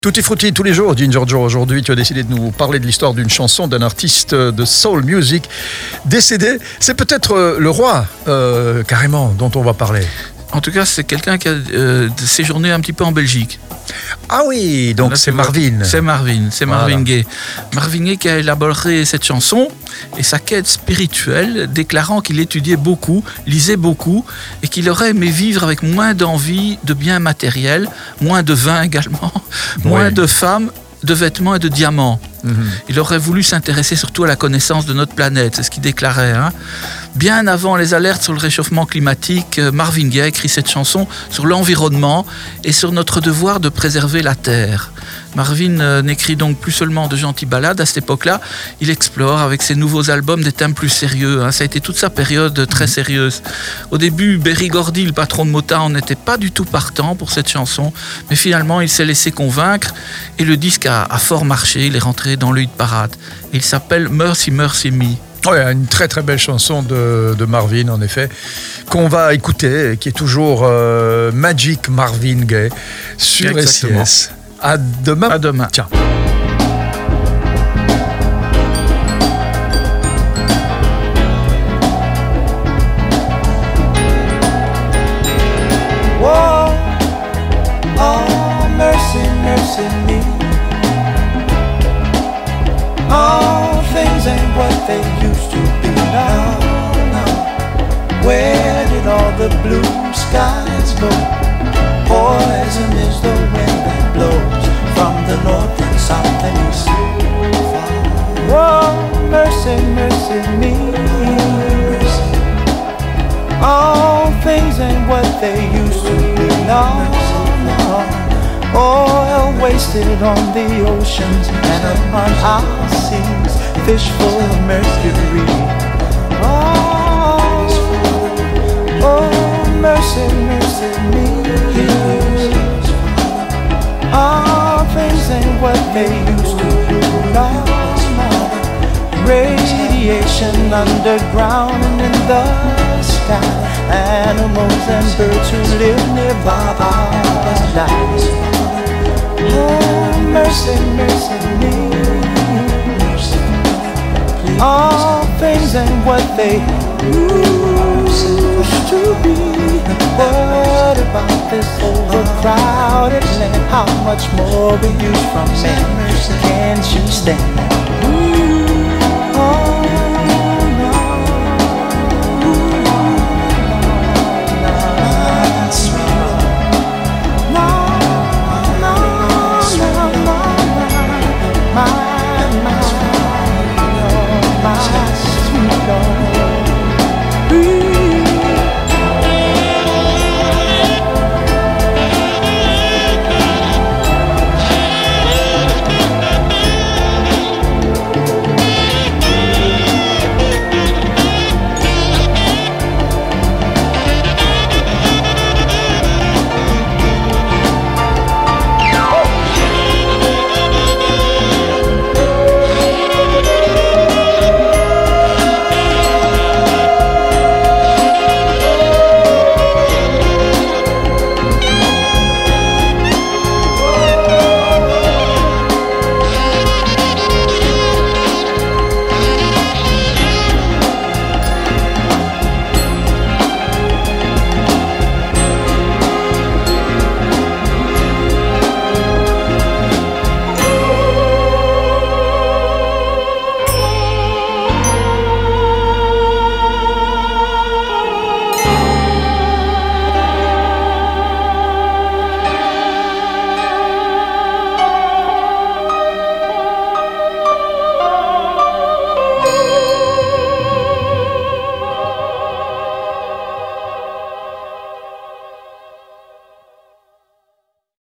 Tutti frutti tous les jours, Ginger Joe. Aujourd'hui, tu as décidé de nous parler de l'histoire d'une chanson d'un artiste de soul music décédé. C'est peut-être le roi, carrément, dont on va parler. En tout cas, c'est quelqu'un qui a séjourné un petit peu en Belgique. Ah oui, donc c'est Marvin. C'est Marvin Gaye. Marvin Gaye qui a élaboré cette chanson et sa quête spirituelle, déclarant qu'il étudiait beaucoup, lisait beaucoup et qu'il aurait aimé vivre avec moins d'envie de biens matériels, moins de vin également, moins de femmes, de vêtements et de diamants. Il aurait voulu s'intéresser surtout à la connaissance de notre planète, c'est ce qu'il déclarait. Bien avant les alertes sur le réchauffement climatique, Marvin Gaye a écrit cette chanson sur l'environnement et sur notre devoir de préserver la Terre. Marvin n'écrit donc plus seulement de gentilles ballades à cette époque-là, il explore avec ses nouveaux albums des thèmes plus sérieux. Ça a été toute sa période très sérieuse. Au début, Berry Gordy, le patron de Motown, n'était pas du tout partant pour cette chanson, mais finalement il s'est laissé convaincre et le disque a fort marché, il est rentré dans le hit parade. Il s'appelle Mercy Mercy Me. Oui, une très très belle chanson de Marvin, en effet, qu'on va écouter, qui est toujours Magic Marvin Gaye sur SIS. À demain. À demain. Tiens. Whoa, oh, mercy, mercy me. All things ain't what they used to be now. Where did all the blue skies go? Poison is the wind that blows from the north and south and east. Whoa, mercy, mercy me. All things ain't what they used to be now. Oil wasted on the oceans and upon our seas, fish full of mercury. Oh, mercy, mercy me. All things ain't what they used to be now. Radiation underground and in the sky. Animals and birds who live nearby are dying. Oh, mercy, mercy me. All things ain't what they used to be. What about this overcrowded land? How much more will you from me? Can't you stand?